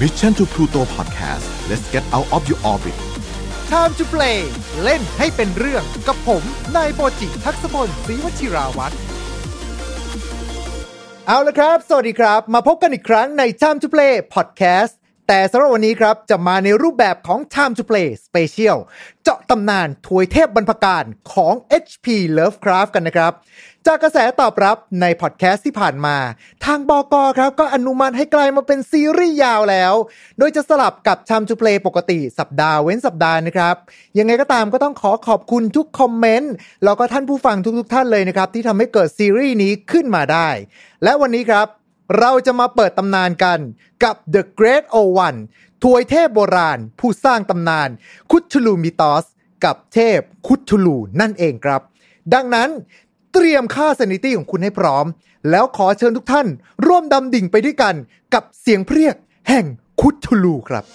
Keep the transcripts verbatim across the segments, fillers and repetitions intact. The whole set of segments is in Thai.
Mission to Pluto Podcast let's get out of your orbit Time to play เล่นให้เป็นเรื่องกับผมนายโปจิทักษพลศรีวชิราวัฒน์เอาละครับสวัสดีครับมาพบกันอีกครั้งใน Time to Play Podcast แต่สำหรับวันนี้ครับจะมาในรูปแบบของ Time to Play Special เจาะตำนานถวยเทพบรรพการของ เอช พี Lovecraft กันนะครับจากกระแสตอบรับในพอดแคสต์ที่ผ่านมาทางบก.ครับก็อนุมัติให้กลายมาเป็นซีรีส์ยาวแล้วโดยจะสลับกับ Time to Play ปกติสัปดาห์เว้นสัปดาห์นะครับยังไงก็ตามก็ต้องขอขอบคุณทุกคอมเมนต์แล้วก็ท่านผู้ฟังทุกๆท่านเลยนะครับที่ทำให้เกิดซีรีส์นี้ขึ้นมาได้และวันนี้ครับเราจะมาเปิดตำนานกันกับ The Great O วัน ถวยเทพโบราณผู้สร้างตำนานคุทูลูมิทอสกับเทพคุทูลูนั่นเองครับดังนั้นเตรียมค่า sanity ของคุณให้พร้อมแล้วขอเชิญทุกท่านร่วมดำดิ่งไปด้วยกันกับเสียงเพรียกแห่งคุทูลูครับ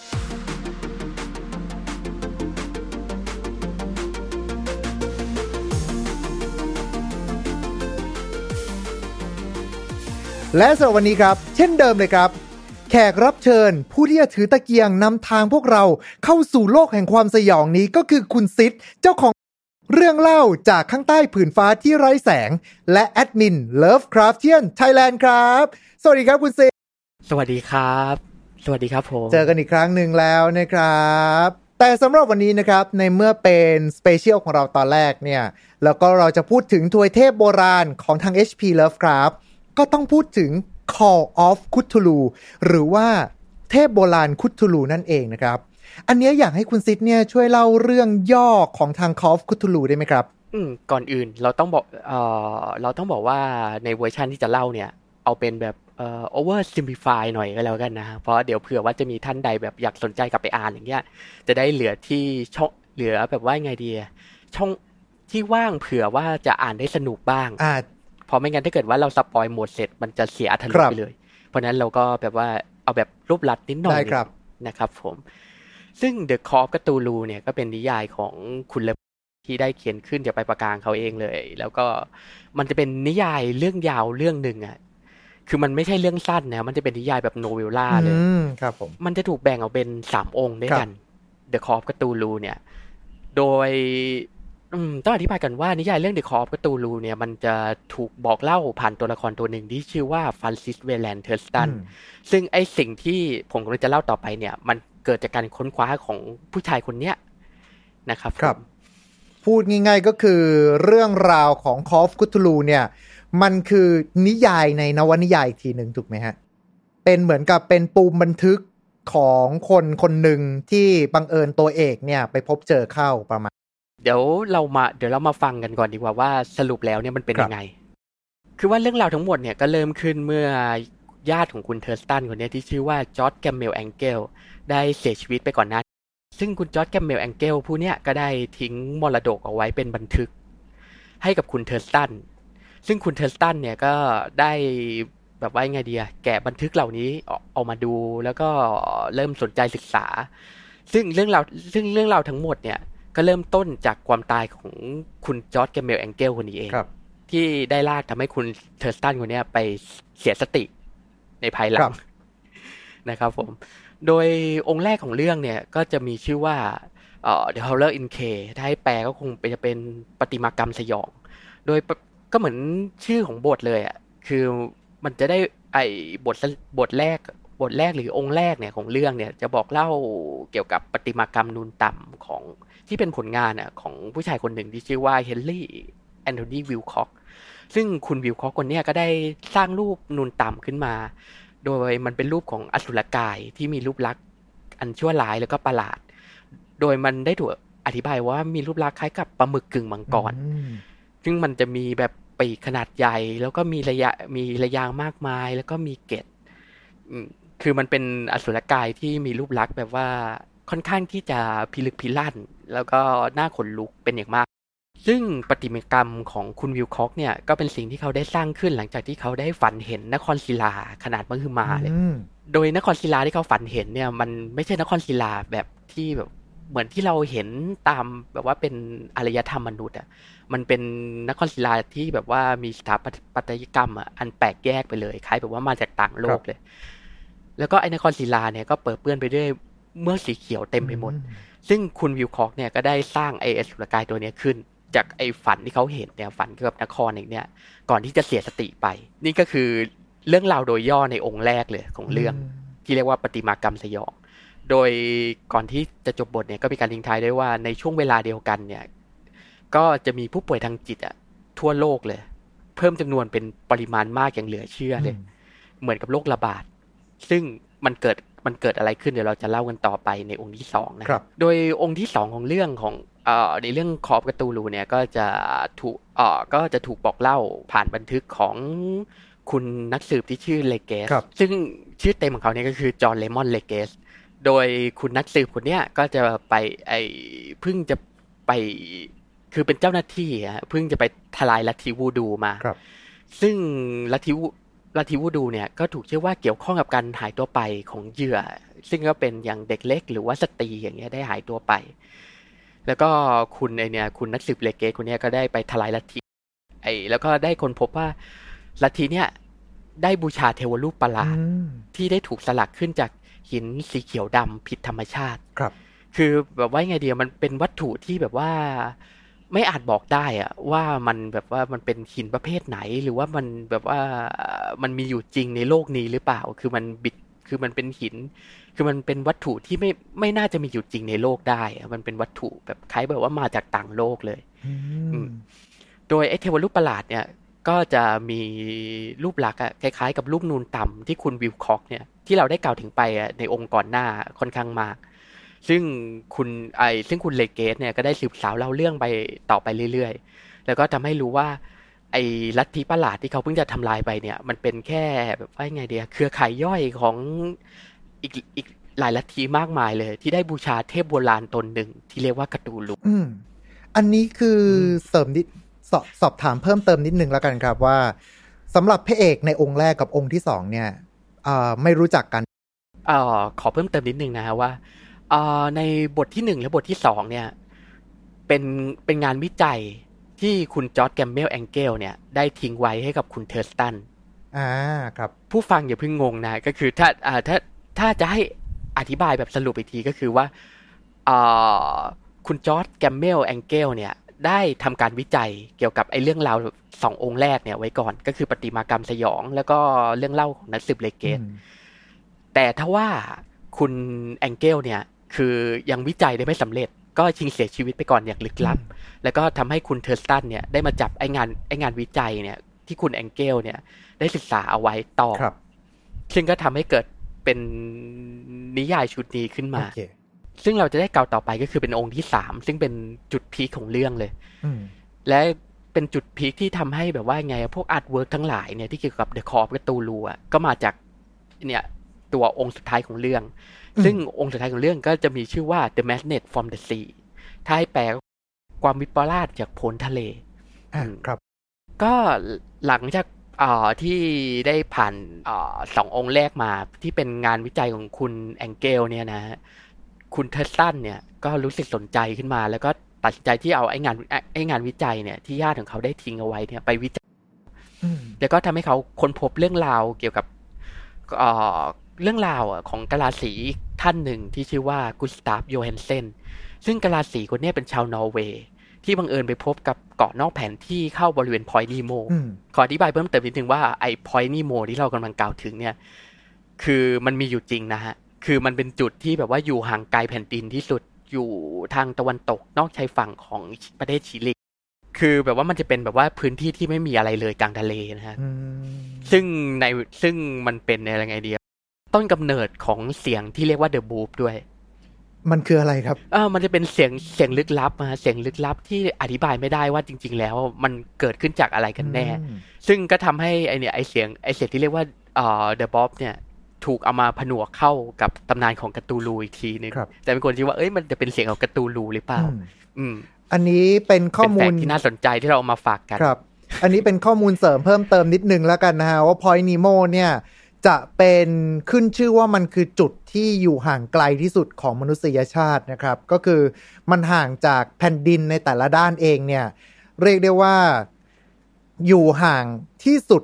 และสำหรับวันนี้ครับเช่นเดิมเลยครับแขกรับเชิญผู้ที่จะถือตะเกียงนำทางพวกเราเข้าสู่โลกแห่งความสยองนี้ก็คือคุณซิดเจ้าของเรื่องเล่าจากข้างใต้ผืนฟ้าที่ไร้แสงและแอดมิน Lovecraftian Thailand ครับสวัสดีครับคุณซิดสวัสดีครับสวัสดีครับผมเจอกันอีกครั้งหนึ่งแล้วนะครับแต่สำหรับวันนี้นะครับในเมื่อเป็นสเปเชียลของเราตอนแรกเนี่ยแล้วก็เราจะพูดถึงถวยเทพโบราณของทาง เอช พี Lovecraftก็ต้องพูดถึง Call of Cthulhu หรือว่าเทพโบราณคุทูลูนั่นเองนะครับอันนี้อยากให้คุณซิดเนี่ยช่วยเล่าเรื่องย่อของทาง Call of Cthulhu ได้ไหมครับอืมก่อนอื่นเราต้องบอกเอ่อเราต้องบอกว่าในเวอร์ชันที่จะเล่าเนี่ยเอาเป็นแบบเอ่อ over simplify หน่อยก็แล้วกันนะเพราะเดี๋ยวเผื่อว่าจะมีท่านใดแบบอยากสนใจกลับไปอ่านอย่างเงี้ยจะได้เหลือที่ช่องเหลือแบบว่าไงดีช่องที่ว่างเผื่อว่าจะอ่านได้สนุกบ้างอ่าพอไม่งั้นถ้าเกิดว่าเราสปอยหมดเสร็จมันจะเสียอรรถรสไปเลยเพราะนั้นเราก็แบบว่าเอาแบบรูปลัดนิดหน่อยนะครับผมซึ่ง The Call of Cthulhu เนี่ยก็เป็นนิยายของคุณเลที่ได้เขียนขึ้นจากปลายปากกาเขาเองเลยแล้วก็มันจะเป็นนิยายเรื่องยาวเรื่องนึงอ่ะคือมันไม่ใช่เรื่องสั้นนะมันจะเป็นนิยายแบบโนเวลล่าเลยครับผมมันจะถูกแบ่งออกเป็นสามองค์ด้วยกัน The Call of Cthulhu เนี่ยโดยอืมต้องอธิบายกันว่านิยายเรื่อง The Call of Cthulhu เนี่ยมันจะถูกบอกเล่าผ่านตัวละครตัวหนึ่งที่ชื่อว่าฟรานซิสเวแลนด์เทอร์สตันซึ่งไอ้สิ่งที่ผมกำลังจะเล่าต่อไปเนี่ยมันเกิดจากการค้นคว้าของผู้ชายคนเนี้ยนะครับครับพูดง่ายๆก็คือเรื่องราวของ Call of Cthulhu เนี่ยมันคือนิยายในนวนิยายอีกทีหนึ่งถูกไหมฮะเป็นเหมือนกับเป็นปูมบันทึกของคนคนหนึ่งที่บังเอิญตัวเอกเนี่ยไปพบเจอเข้าประมาณเดี๋ยวเรามาเดี๋ยวเรามาฟังกันก่อนดีกว่าว่าสรุปแล้วเนี่ยมันเป็นยังไงคือว่าเรื่องราวทั้งหมดเนี่ยก็เริ่มขึ้นเมื่อญาติของคุณเทอร์สตันคนนี้ที่ชื่อว่าจอร์จแกมเมลแองเกลได้เสียชีวิตไปก่อนหน้าซึ่งคุณจอร์จแกมเมลแองเกลผู้เนี้ยก็ได้ทิ้งมรดกเอาไว้เป็นบันทึกให้กับคุณเทอร์สตันซึ่งคุณเทอร์สตันเนี่ยก็ได้แบบว่าไงดีอะแกะบันทึกเหล่านี้เอามาดูแล้วก็เริ่มสนใจศึกษาซึ่งเรื่องราวซึ่งเรื่องราวทั้งหมดเนี่ยก็เริ่มต้นจากความตายของคุณจอร์จแกมเมลแองเกลคนนี้เองที่ได้ลากทำให้คุณเทอร์สตันคนนี้ไปเสียสติในภายหลังนะครับผมโดยองค์แรกของเรื่องเนี่ยก็จะมีชื่อว่าเอ่อ The Horror in K ถ้าให้แปลก็คงจะเป็นประติมากรรมสยองโดยก็เหมือนชื่อของบทเลยอ่ะคือมันจะได้ไอ้บทบทแรกบทแรกหรือองค์แรกเนี่ยของเรื่องเนี่ยจะบอกเล่าเกี่ยวกับประติมากรรมนูนต่ำของที่เป็นผลงานอ่ะของผู้ชายคนหนึ่งที่ชื่อว่าเฮนรี่แอนโทนีวิลค็อกซึ่งคุณวิลค็อกคนเนี้ยก็ได้สร้างรูปนูนต่ำขึ้นมาโดยมันเป็นรูปของอสุรกายที่มีรูปลักษณ์อันชั่วร้ายแล้วก็ประหลาดโดยมันได้ถูกอธิบายว่ามีรูปลักษณ์คล้ายกับปลาหมึกกึ่งมังกรซึ่งมันจะมีแบบปีกขนาดใหญ่แล้วก็มีระยะมีระยางมากมายแล้วก็มีเกล็ดคือมันเป็นอสุรกายที่มีรูปลักษณ์แบบว่าค่อนข้างที่จะพิลึกพิลั่นแล้วก็น่าขนลุกเป็นอย่างมากซึ่งประติมากรรมของคุณวิลค็อกเนี่ยก็เป็นสิ่งที่เขาได้สร้างขึ้นหลังจากที่เขาได้ฝันเห็นนครศิลาขนาดมหึมาเลยโดยนครศิลาที่เขาฝันเห็นเนี่ยมันไม่ใช่นครศิลาแบบที่แบบเหมือนที่เราเห็นตามแบบว่าเป็นอารยธรรมมนุษย์อ่ะมันเป็นนครศิลาที่แบบว่ามีสถาปัตยกรรมอ่ะอันแปลกแยกไปเลยคล้ายแบบว่ามาจากต่างโลกเลยแล้วก็ไอ้นครศิลาเนี่ยก็เปิดเปื้อนไปด้วยเมือกสีเขียวเต็มไปหมดซึ่งคุณวิลคอกเนี่ยก็ได้สร้างไอ้อสุรกายตัวนี้ขึ้นจากไอ้ฝันที่เขาเห็นเนี่ยฝันเกี่ยวกับนครอีกเนี่ยก่อนที่จะเสียสติไปนี่ก็คือเรื่องราวโดยย่อในองค์แรกเลยของเรื่องที่เรียกว่าประติมากรรมสยองโดยก่อนที่จะจบบทเนี่ยก็มีการทิ้งท้ายด้วยว่าในช่วงเวลาเดียวกันเนี่ยก็จะมีผู้ป่วยทางจิตอ่ะทั่วโลกเลยเพิ่มจำนวนเป็นปริมาณมากอย่างเหลือเชื่อเลยเหมือนกับโรคระบาดซึ่งมันเกิดมันเกิดอะไรขึ้นเดี๋ยวเราจะเล่ากันต่อไปในองค์ที่สองนะครับโดยองค์ที่สองของเรื่องของเอ่อในเรื่องคอฟกาตูลูเนี่ยก็จะถูกเอ่อก็จะถูกบอกเล่าผ่านบันทึกของคุณนักสืบที่ชื่อเลเกสซึ่งชื่อเต็มของเขาเนี่ยก็คือจอห์นเลมอนเลเกสโดยคุณนักสืบคนเนี้ยก็จะไปไอ้เพิ่งจะไปคือเป็นเจ้าหน้าที่ฮะเพิ่งจะไปทลายลัทธิวูดูมาซึ่งลัทธิลัทธิวูดูเนี่ยก็ถูกเชื่อว่าเกี่ยวข้องกับการหายตัวไปของเหยื่อซึ่งก็เป็นอย่างเด็กเล็กหรือว่าสตรีอย่างเงี้ยได้หายตัวไปแล้วก็คุณไอเนี่ยคุณนักสืบเลเกสคนเนี้ยก็ได้ไปทลายลัทธิไอแล้วก็ได้ค้นพบว่าลัทธิเนี่ยได้บูชาเทวรูปประหลาดที่ได้ถูกสลักขึ้นจากหินสีเขียวดำผิดธรรมชาติครับคือแบบว่าไงเดียวมันเป็นวัตถุที่แบบว่าไม่อาจบอกได้อะว่ามันแบบว่ามันเป็นหินประเภทไหนหรือว่ามันแบบว่ามันมีอยู่จริงในโลกนี้หรือเปล่าคือมันบิดคือมันเป็นหินคือมันเป็นวัตถุที่ไม่ไม่น่าจะมีอยู่จริงในโลกได้มันเป็นวัตถุแบบคล้ายแบบว่ามาจากต่างโลกเลยโดยไอ้เทวรูปประหลาดเนี่ยก็จะมีรูปลักษณ์คล้ายๆกับรูปนูนต่ำที่คุณวิลคอกเนี่ยที่เราได้กล่าวถึงไปในองค์ก่อนหน้าค่อนข้างมากซึ่งคุณไอซึ่งคุณเลเกสเนี่ยก็ได้สืบสาวเล่าเรื่องไปต่อไปเรื่อยๆแล้วก็ทำให้รู้ว่าไอ้ลัทธิประหลาดที่เขาเพิ่งจะทำลายไปเนี่ยมันเป็นแค่แบบว่าไงเดียเครือข่ายย่อยของอีกอีกหลายลัทธิมากมายเลยที่ได้บูชาเทพโบราณตนหนึ่งที่เรียกว่าคาตูลูอืมอันนี้คือเสริมนิดสอบสอบถามเพิ่มเติมนิดนึงแล้วกันครับว่าสำหรับพระเอกในองค์แรกกับองค์ที่สองเนี่ยไม่รู้จักกันเอ่อขอเพิ่มเติมนิดนึงนะฮะว่าเอ่อในบทที่หนึ่งและบทที่สองเนี่ยเป็นเป็นงานวิจัยที่คุณจอร์จแกมเมลแองเกลเนี่ยได้ทิ้งไว้ให้กับคุณเทอร์สตันอ่าครับผู้ฟังอย่าเพิ่งงงนะก็คือถ้าอ่าถ้าถ้าจะให้อธิบายแบบสรุปอีกทีก็คือว่าเอ่อคุณจอร์จแกมเมลแองเกลเนี่ยได้ทำการวิจัยเกี่ยวกับไอ้เรื่องราวสององค์แรกเนี่ยไว้ก่อนก็คือประติมากรรมสยองแล้วก็เรื่องเล่าของนักสืบเลเกสแต่ถ้าว่าคุณแองเกลเนี่ยคือยังวิจัยได้ไม่สำเร็จก็ชิงเสียชีวิตไปก่อนอย่างลึกลับแล้วก็ทำให้คุณเทอร์สตันเนี่ยได้มาจับไอ้งานไอ้งานวิจัยเนี่ยที่คุณแองเกลเนี่ยได้ศึกษาเอาไว้ต่อซึ่งก็ทำให้เกิดเป็นนิยายชุดนี้ขึ้นมา okay. ซึ่งเราจะได้กล่าวต่อไปก็คือเป็นองค์ที่สามซึ่งเป็นจุดพีคของเรื่องเลยและเป็นจุดพีคที่ทำให้แบบว่าไงพวกอาร์ตเวิร์กทั้งหลายเนี่ยที่เกี่ยวกับเดอะคอร์ฟกับตูลูอ่ะก็มาจากเนี่ยตัวองค์สุดท้ายของเรื่องซึ่งองค์สุดท้ายของเรื่องก็จะมีชื่อว่า The Magnet from the Sea ถ้าให้แปลความวิปลาสจากโพ้นทะเลครับก็หลังจากอ่าที่ได้ผ่านอ่าสององค์แรกมาที่เป็นงานวิจัยของคุณแองเกลเนี่ยนะคุณเทอร์สตันเนี่ยก็รู้สึกสนใจขึ้นมาแล้วก็ตัดสินใจที่เอาไอ้งานไอ้งานวิจัยเนี่ยที่ญาติของเขาได้ทิ้งเอาไว้เนี่ยไปวิจัยแล้วก็ทำให้เขาค้นพบเรื่องราวเกี่ยวกับอ่าเรื่องราวของกะลาสีท่านหนึ่งที่ชื่อว่ากุสตาฟโยเฮนเซนซึ่งกะลาสีคนนี้เป็นชาวนอร์เวย์ที่บังเอิญไปพบกับเกาะนอกแผนที่เข้าบริเวณพอยต์นีโมขออธิบายเพิ่มเติมนิดนึงว่าไอ้พอยต์นีโมที่เรากำลังกล่าวถึงเนี่ยคือมันมีอยู่จริงนะฮะคือมันเป็นจุดที่แบบว่าอยู่ห่างไกลแผ่นดินที่สุดอยู่ทางตะวันตกนอกชายฝั่งของประเทศชิลีคือแบบว่ามันจะเป็นแบบว่าพื้นที่ที่ไม่มีอะไรเลยกลางทะเลนะฮะซึ่งในซึ่งมันเป็นอะไรไงดีต้นกำเนิดของเสียงที่เรียกว่าเดอะบูฟด้วยมันคืออะไรครับเออมันจะเป็นเสียงเสียงลึกลับนะเสียงลึกลับที่อธิบายไม่ได้ว่าจริงๆแล้วมันเกิดขึ้นจากอะไรกันแน่ซึ่งก็ทำให้ไอเนี่ยไอเสียงไอเสียงที่เรียกว่าเอ่อเดอะบูฟเนี่ยถูกเอามาผนวกเข้ากับตำนานของกาตูลูอีกทีนึงแต่เป็นคนคิดว่าเอ้ยมันจะเป็นเสียงของกาตูลูหรือเปล่าอืมอันนี้เป็นข้อมูลที่น่าสนใจที่เราเอามาฝากกันครับอันนี้เป็นข้อมูลเสริมเพิ่มเติมนิดนึงแล้วกันนะฮะว่า Point Nemo เนี่ยจะเป็นขึ้นชื่อว่ามันคือจุดที่อยู่ห่างไกลที่สุดของมนุษยชาตินะครับก็คือมันห่างจากแผ่นดินในแต่ละด้านเองเนี่ยเรียกได้ว่าอยู่ห่างที่สุด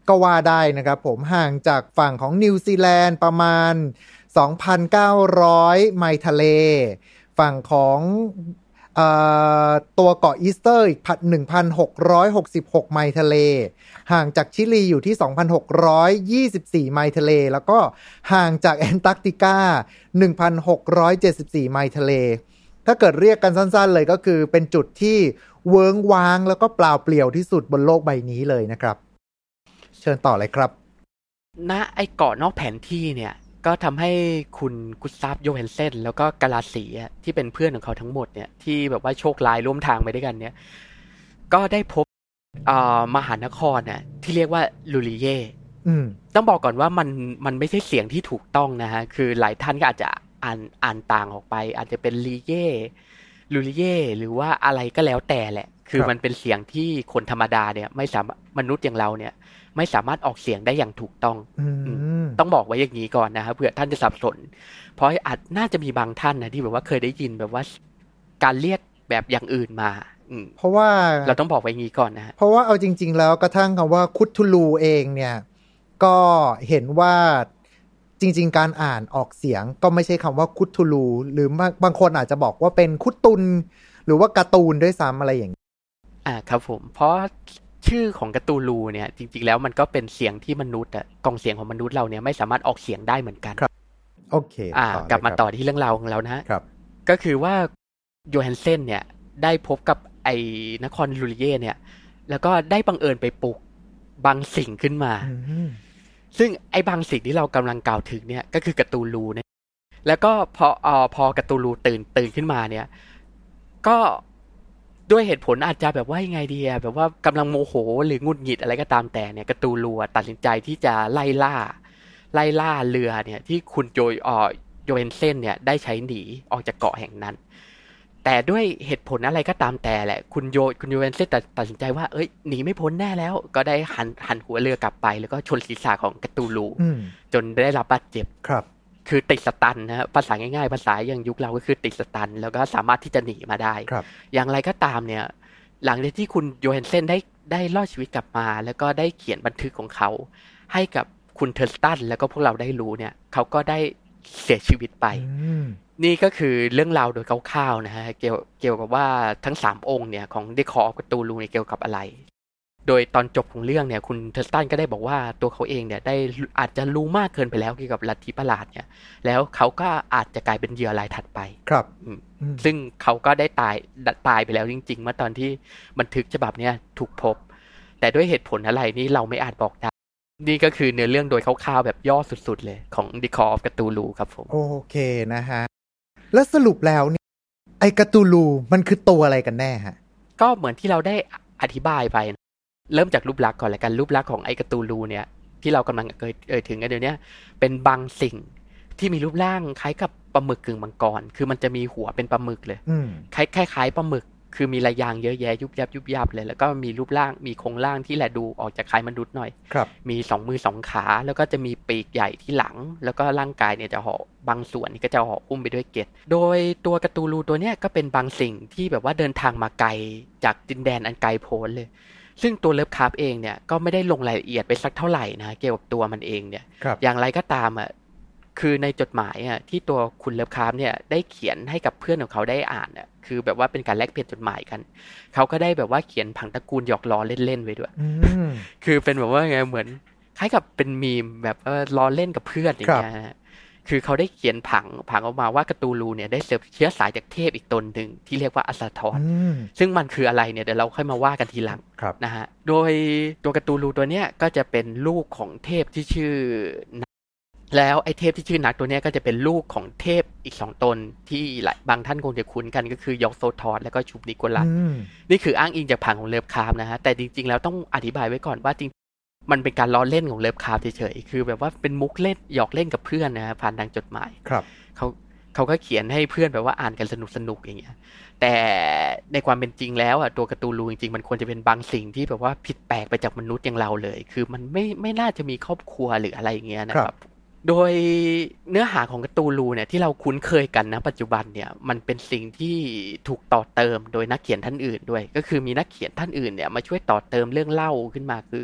ก็ว่าได้นะครับผมห่างจากฝั่งของนิวซีแลนด์ประมาณ สองพันเก้าร้อย ไมล์ทะเลฝั่งของเอ่อตัวเกาะอีสเตอร์อีก หนึ่งพันหกร้อยหกสิบหก ไมล์ทะเลห่างจากชิลีอยู่ที่ สองพันหกร้อยยี่สิบสี่ ไมล์ทะเลแล้วก็ห่างจากแอนตาร์กติกา หนึ่งพันหกร้อยเจ็ดสิบสี่ ไมล์ทะเลถ้าเกิดเรียกกันสั้นๆเลยก็คือเป็นจุดที่เวิ้งว้างแล้วก็เปล่าเปลี่ยวที่สุดบนโลกใบนี้เลยนะครับเชิญต่อเลยครับณไอเกาะนอกแผนที่เนี่ยก็ทำให้คุณกุสตาฟโยเฮนเซนแล้วก็กาลาสีที่เป็นเพื่อนของเขาทั้งหมดเนี่ยที่แบบว่าโชคร้ายร่วมทางไปด้วยกันเนี่ยก็ได้พบมหานครน่ะที่เรียกว่าลูริเย่ต้องบอกก่อนว่ามันมันไม่ใช่เสียงที่ถูกต้องนะฮะคือหลายท่านก็อาจจะอ่านอ่านต่างออกไปอาจจะเป็นลีเย่ลูริเย่หรือว่าอะไรก็แล้วแต่แหละคือมันเป็นเสียงที่คนธรรมดาเนี่ยไม่สามารถมนุษย์อย่างเราเนี่ยไม่สามารถออกเสียงได้อย่างถูกต้องต้องบอกไว้อย่างนี้ก่อนนะครับเผื่อท่านจะสับสนเพราะอาจน่าจะมีบางท่านนะที่แบบว่าเคยได้ยินแบบว่าการเรียกแบบอย่างอื่นมาเพราะว่าเราต้องบอกไว้อย่างนี้ก่อนนะเพราะว่าเอาจริงๆแล้วกระทั่งคำว่าคุทูลูเองเนี่ยก็เห็นว่าจริงๆการอ่านออกเสียงก็ไม่ใช่คำว่าคุทูลูหรือบางคนอาจจะบอกว่าเป็นคุตุนหรือว่าการ์ตูนด้วยซ้ำอะไรอย่างนี้อ่าครับผมเพราะชื่อของการ์ตูลูเนี่ยจริงๆแล้วมันก็เป็นเสียงที่มนุษย์อ่ะกล่องเสียงของมนุษย์เราเนี่ยไม่สามารถออกเสียงได้เหมือนกันครับโอเคอ่ากลับมาต่อที่เรื่องราวของเรานะครับก็คือว่าโยฮันเซนเนี่ยได้พบกับไอ้นครลูริเย่เนี่ยแล้วก็ได้บังเอิญไปปลุกบางสิ่งขึ้นมาซึ่งไอ้บางสิ่งที่เรากำลังกล่าวถึงเนี่ยก็คือการ์ตูลูเนี่ยแล้วก็พอเอ่อพอการ์ตูลูตื่นตื่นขึ้นมาเนี่ยก็ด้วยเหตุผลอาจจะแบบว่ายังไงดีอะแบบว่ากำลังโมโหหรือหงุดหงิดอะไรก็ตามแต่เนี่ยการ์ตูลูตัดสินใจที่จะไล่ล่าไล่ล่าเรือเนี่ยที่คุณโจยอ่อโยเฮนเซนเนี่ยได้ใช้หนีออกจากเกาะแห่งนั้นแต่ด้วยเหตุผลอะไรก็ตามแต่แหละคุณโยคุณโยเฮนเซนตัดสินใจว่าเอ้ยหนีไม่พ้นแน่แล้วก็ได้หันหันหัวเรือกลับไปแล้วก็ชนศีรษะของการ์ตูลูจนได้รับบาดเจ็บครับคือติดสตันนะภาษาง่ายๆภาษาอย่างยุคเราก็คือติดสตันแล้วก็สามารถที่จะหนีมาได้อย่างไรก็ตามเนี่ยหลังจากที่คุณโยเฮนเซนได้ได้รอดชีวิตกลับมาแล้วก็ได้เขียนบันทึกของเขาให้กับคุณเทอร์สตันแล้วก็พวกเราได้รู้เนี่ยเขาก็ได้เสียชีวิตไปนี่ก็คือเรื่องราวโดยคร่าวๆนะฮะเกี่ยวเกี่ยวกับว่าทั้งสามองค์เนี่ยของเดคอร์กับตูลูเนี่ยเกี่ยวกับอะไรโดยตอนจบของเรื่องเนี่ยคุณเทอร์สตันก็ได้บอกว่าตัวเขาเองเนี่ยได้อาจจะรู้มากเกินไปแล้วเกี่ยวกับลัทธิประหลาดเนี่ยแล้วเขาก็อาจจะกลายเป็นเหยื่อรายถัดไปครับซึ่งเขาก็ได้ตายตายไปแล้วจริงๆเมื่อตอนที่บันทึกฉบับเนี้ยถูกพบแต่ด้วยเหตุผลอะไรนี่เราไม่อาจบอกได้นี่ก็คือเนื้อเรื่องโดยคร่าวๆแบบย่อสุดๆเลยของ The Call of Cthulhu ครับผมโอเคนะฮะแล้วสรุปแล้วเนี่ยไอ้คาตูลูมันคือตัวอะไรกันแน่ฮะก็เหมือนที่เราได้อธิบายไปเริ่มจากรูปลักษณ์ก่อนละกันรูปลักษณ์ของไอ้คาตูลูเนี่ยที่เรากำลังเอ่ยเอ่ยถึงกันเดี๋ยวนี้เป็นบางสิ่งที่มีรูปร่างคล้ายกับปลาหมึกกึ่งมังกรคือมันจะมีหัวเป็นปลาหมึกเลยคล้ายคล้ายๆปลาหมึกคือมีลายยางเยอะแยะยุบยับยุบยับเลยแล้วก็มีรูปร่างมีโครงร่างที่แลดูออกจากคล้ายมนุษย์หน่อยมีสองมือสองขาแล้วก็จะมีปีกใหญ่ที่หลังแล้วก็ร่างกายเนี่ยจะห่อบางส่วนนี่ก็จะห่อหุ้มไปด้วยเกล็ดโดยตัวคาตูลูตัวเนี้ยก็เป็นบางสิ่งที่แบบว่าเดินทางมาไกลจากดินแดนอันไกลโพ้นเลยซึ่งตัวเลิฟคราฟเองเนี่ยก็ไม่ได้ลงรายละเอียดไปสักเท่าไหร่นะเกี่ยวกับตัวมันเองเนี่ยอย่างไรก็ตามอ่ะคือในจดหมายอ่ะที่ตัวคุณเลิฟคราฟเนี่ยได้เขียนให้กับเพื่อนของเขาได้อ่านอ่ะคือแบบว่าเป็นการแลกเปลี่ยนจดหมายกันเขาก็ได้แบบว่าเขียนผังตระกูลหยอกล้อเล่นๆไว้ด้วยคือเป็นแบบว่าไงเหมือนคล้ายกับเป็นมีมแบบล้อเล่นกับเพื่อนอย่างเงี้ยคือเขาได้เขียนผังผังออกมาว่าคาตูลูเนี่ยได้เสืบเชื้อสายจากเทพอีกตนหนึ่งที่เรียกว่าอัสซาทอนซึ่งมันคืออะไรเนี่ยเดี๋ยวเราค่อยมาว่ากันทีหลังนะฮะโดยตัวคาตูลูตัวเนี้ยก็จะเป็นลูกของเทพที่ชื่อแล้วไอ้เทพที่ชื่อนักตัวเนี้ยก็จะเป็นลูกของเทพอีกสองตนที่หลายบางท่านคงจะคุ้นกันก็คือยอกโซทอสแล้วก็ชูบนิโกลัสนี่คืออ้างอิงจากผังของเลิฟคราฟนะฮะแต่จริงๆแล้วต้องอธิบายไว้ก่อนว่าจริงมันเป็นการล้อเล่นของเลิฟคราฟเฉยๆคือแบบว่าเป็นมุกเล่นหยอกเล่นกับเพื่อนนะฮะผ่านทางจดหมายครับเขาเขาก็เขียนให้เพื่อนแบบว่าอ่านกันสนุกๆอย่างเงี้ยแต่ในความเป็นจริงแล้วอ่ะตัวคาตูลูจริงๆมันควรจะเป็นบางสิ่งที่แบบว่าผิดแปลกไปจากมนุษย์อย่างเราเลยคือมันไม่ไม่น่าจะมีครอบครัวหรืออะไรอย่างเงี้ยนะครับโดยเนื้อหาของคาตูลูเนี่ยที่เราคุ้นเคยกันนะปัจจุบันเนี่ยมันเป็นสิ่งที่ถูกต่อเติมโดยนักเขียนท่านอื่นด้วยก็คือมีนักเขียนท่านอื่นเนี่ยมาช่วยต่อเติมเรื่องเล่าขึ้นมาคือ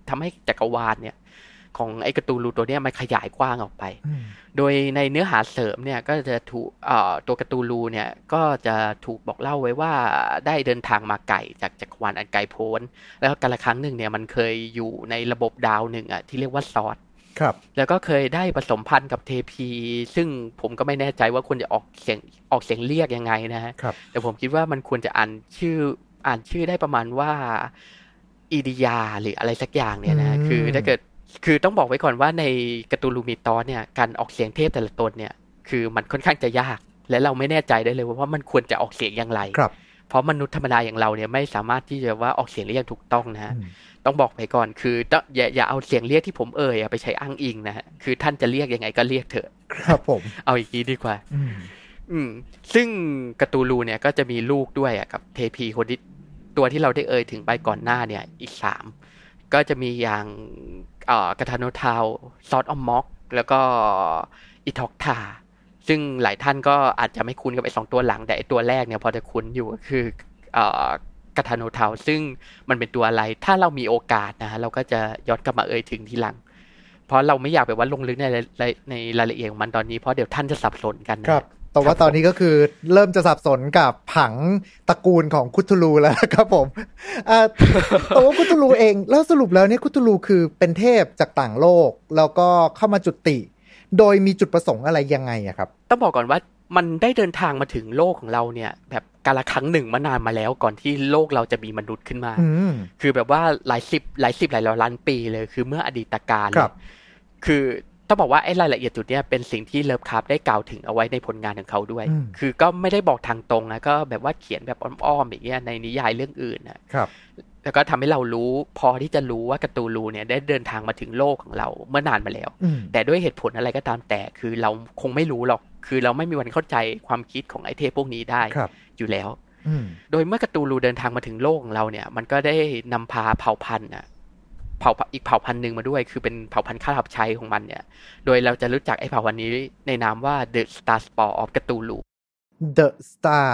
ทำให้จักรวาลเนี่ยของไอ้การ์ตูลูตัวเนี้ยมันขยายกว้างออกไปโดยในเนื้อหาเสริมเนี่ยก็จะถูกเอ่อตัวการ์ตูลูเนี่ยก็จะถูกบอกเล่าไว้ว่าได้เดินทางมาไกลจากจักรวาลอันไกลโพ้นแล้วกาลครั้งหนึ่งเนี่ยมันเคยอยู่ในระบบดาวหนึ่งอ่ะที่เรียกว่าซอร์ดครับแล้วก็เคยได้ผสมพันธุ์กับเทพีซึ่งผมก็ไม่แน่ใจว่าควรจะออกเสียงออกเสียงเรียกยังไงนะฮะแต่ผมคิดว่ามันควรจะอ่านชื่ออ่านชื่อได้ประมาณว่าอีดิยาหรืออะไรสักอย่างเนี่ยนะคือถ้าเกิดคือต้องบอกไว้ก่อนว่าในการ์ตูนลูมิตอสเนี่ยการออกเสียงเทพแต่ละตนเนี่ยคือมันค่อนข้างจะยากและเราไม่แน่ใจได้เลยว่ามันควรจะออกเสียงอย่างไรเพราะมนุษย์ธรรมดาอย่างเราเนี่ยไม่สามารถที่จะว่าออกเสียงเรียกอย่างถูกต้องนะฮะต้องบอกไปก่อนคืออย่าอย่าเอาเสียงเรียกที่ผมเอ่ยไปใช้อ้างอิงนะฮะคือท่านจะเรียกยังไงก็เรียกเถอะครับผมเอาอย่างนี้ดีกว่าอืมซึ่งการ์ตูลูเนี่ยก็จะมีลูกด้วยอ่ะกับเทพีคนที่ตัวที่เราได้เอ่ยถึงไปก่อนหน้าเนี่ยอีกสามก็จะมีอย่างเอ่อกาทาโนทาวซอสออมม็อกแล้วก็อิทอกทาซึ่งหลายท่านก็อาจจะไม่คุ้นกับไอ้สองตัวหลังแต่ไอ้ตัวแรกเนี่ยพอจะคุ้นอยู่ก็คือเอ่อกาทาโนทาวซึ่งมันเป็นตัวอะไรถ้าเรามีโอกาสนะฮะเราก็จะย้อนกลับมาเอ่ยถึงทีหลังเพราะเราไม่อยากแบบว่าลงลึกในในรายละเอียดของมันตอนนี้เพราะเดี๋ยวท่านจะสับสนกันนะครับแต่ว่าตอนนี้ก็คือเริ่มจะสับสนกับผังตระกูลของคุทูลูแล้วครับผมแต่ว่าคุทูลูเองแล้วสรุปแล้วเนี่ยคุทูลูคือเป็นเทพจากต่างโลกแล้วก็เข้ามาจุติโดยมีจุดประสงค์อะไรยังไงอะครับต้องบอกก่อนว่ามันได้เดินทางมาถึงโลกของเราเนี่ยแบบกาลครั้งหนึ่งมานานมาแล้วก่อนที่โลกเราจะมีมนุษย์ขึ้นมาคือแบบว่าหลายสิบหลายสิบหลายร้อยล้านปีเลยคือเมื่ออดีตการคือต้องบอกว่าไอ้รายละเอียดจุดนี้เป็นสิ่งที่เลิฟคราฟได้กล่าวถึงเอาไว้ในผลงานของเขาด้วยคือก็ไม่ได้บอกทางตรงนะก็แบบว่าเขียนแบบอ้อมๆอย่างเงี้ยในนิยายเรื่องอื่นนะครับแล้วก็ทำให้เรารู้พอที่จะรู้ว่าการ์ตูลูเนี่ยได้เดินทางมาถึงโลกของเราเมื่อนานมาแล้วแต่ด้วยเหตุผลอะไรก็ตามแต่คือเราคงไม่รู้หรอกคือเราไม่มีวันเข้าใจความคิดของไอ้เทพพวกนี้ได้อยู่แล้วโดยเมื่อการ์ตูลูเดินทางมาถึงโลกของเราเนี่ยมันก็ได้นำพาเผ่าพันธุ์เผ่าอีกเผ่าพันธุ์นึงมาด้วยคือเป็นเผ่าพันธุ์ข้ารับใช้ของมันเนี่ยโดยเราจะรู้จักไอ้เผ่าพันธุ์นี้ในนามว่า The Star Spore of Cthulhu The Star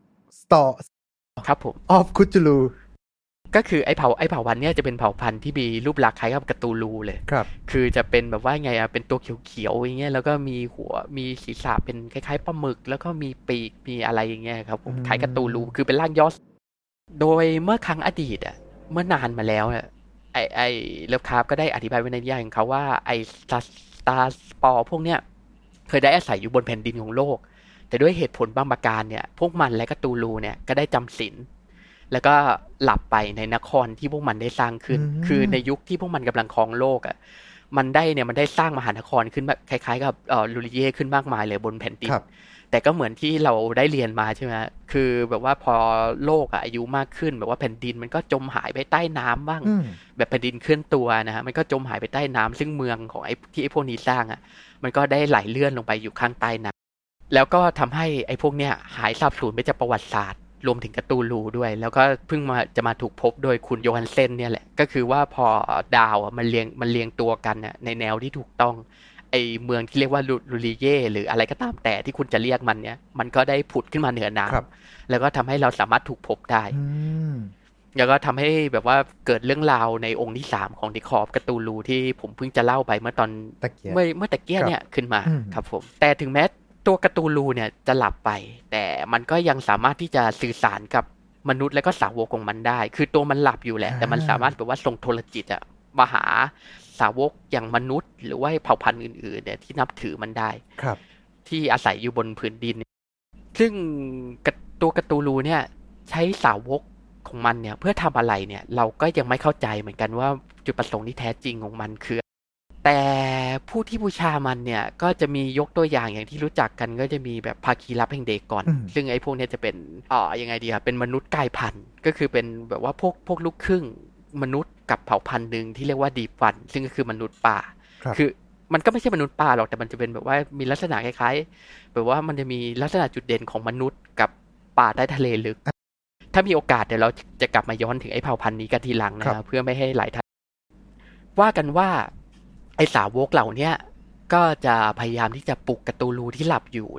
Spore ครับผม of Cthulhu ก็คือไอ้เผ่าไอ้เผ่าพันธุ์เนี่ยจะเป็นเผ่าพันธุ์ที่มีรูปลักษณ์คล้ายกับกาตูลูเลยครับคือจะเป็นแบบว่าไงอ่ะเป็นตัวเขียวๆอย่างเงี้ยแล้วก็มีหัวมีศีรษะเป็นคล้ายๆปลาหมึกแล้วก็มีปีกมีอะไรอย่างเงี้ยครับผมคล้ายกาตูลูคือเป็นร่างยอดโดยเมื่อครั้งอดีตอ่ะเมื่อนานมาแล้วเนี่ยไอไอเลิฟคราฟก็ได้อธิบายไว้ในนิยายของเขาว่าไอสตาร์สปอร์พวกเนี้ยเคยได้อาศัยอยู่บนแผ่นดินของโลกแต่ด้วยเหตุผลบางประการเนี่ยพวกมันและกาตูลูเนี่ยก็ได้จำศีลแล้วก็หลับไปในนครที่พวกมันได้สร้างขึ้นคือในยุคที่พวกมันกำลังครองโลกอ่ะมันได้เนี่ยมันได้สร้างมหานครขึ้นแบบคล้ายๆกับเอ่อลูริเย่ขึ้นมากมายเลยบนแผ่นดินแต่ก็เหมือนที่เราได้เรียนมาใช่ไหมคือแบบว่าพอโลกอายุมากขึ้นแบบว่าแผ่นดินมันก็จมหายไปใต้น้ำบ้างแบบแผ่นดินเคลื่อนตัวนะฮะมันก็จมหายไปใต้น้ำซึ่งเมืองของไอ้ที่ไอ้พวกนี้สร้างอ่ะมันก็ได้ไหลเลื่อนลงไปอยู่ข้างใต้น้ำแล้วก็ทำให้ไอ้พวกเนี้ยหายสาบสูญไปจากประวัติศาสตร์รวมถึงการ์ตูลูด้วยแล้วก็เพิ่งมาจะมาถูกพบโดยคุณโยฮันเซนเนี่ยแหละก็คือว่าพอดาวอ่ะมันเรียงมันเรียงตัวกันเนี่ยในแนวที่ถูกต้องไอเมืองที่เรียกว่าลูริเย่หรืออะไรก็ตามแต่ที่คุณจะเรียกมันเนี่ยมันก็ได้ผุดขึ้นมาเหนือน้ำแล้วก็ทำให้เราสามารถถูกพบได้แล้วก็ทำให้แบบว่าเกิดเรื่องราวในองค์ที่สามของดิคอร์การ์ตูลูที่ผมเพิ่งจะเล่าไปเมื่อตอนเมื่อเมื่อตะเกียเนี่ยขึ้นมาครับผมแต่ถึงแม้ตัวการ์ตูลูเนี่ยจะหลับไปแต่มันก็ยังสามารถที่จะสื่อสารกับมนุษย์และก็สาวกของมันได้คือตัวมันหลับอยู่แหละแต่มันสามารถแบบว่าส่งโทรจิตอะมาหาสาวกอย่างมนุษย์หรือว่าเผ่าพันธุ์อื่นๆเนี่ยที่นับถือมันได้ครับที่อาศัยอยู่บนพื้นดินซึ่งตัวการ์ตูลูเนี่ยใช้สาวกของมันเนี่ยเพื่อทำอะไรเนี่ยเราก็ยังไม่เข้าใจเหมือนกันว่าจุดประสงค์ที่แท้จริงของมันคือแต่ผู้ที่บูชามันเนี่ยก็จะมียกตัวอย่างอย่างที่รู้จักกันก็จะมีแบบภาคีลับแห่งเดกอนซึ่งไอ้พวกนี้จะเป็นอ่อยังไงดีอ่ะเป็นมนุษย์กายพันธุ์ก็คือเป็นแบบว่าพวกพวกลูกครึ่งมนุษย์กับเผ่าพันธุ์นึงที่เรียกว่าดีฟันซึ่งก็คือมนุษย์ป่าคือมันก็ไม่ใช่มนุษย์ป่าหรอกแต่มันจะเป็นแบบว่ามีลักษณะคล้ายๆแบบว่ามันจะมีลักษณะจุดเด่นของมนุษย์กับป่าใต้ทะเลลึกถ้ามีโอกาสเดี๋ยวเราจะกลับมาย้อนถึงไอ้เผ่าพันธุ์นี้กันทีหลังนะเพื่อไม่ให้หลายท่านว่ากันว่าไอ้สาวกเหล่านี้ก็จะพยายามที่จะปลุกการ์ตูลูที่หลับอยู่เนี่ย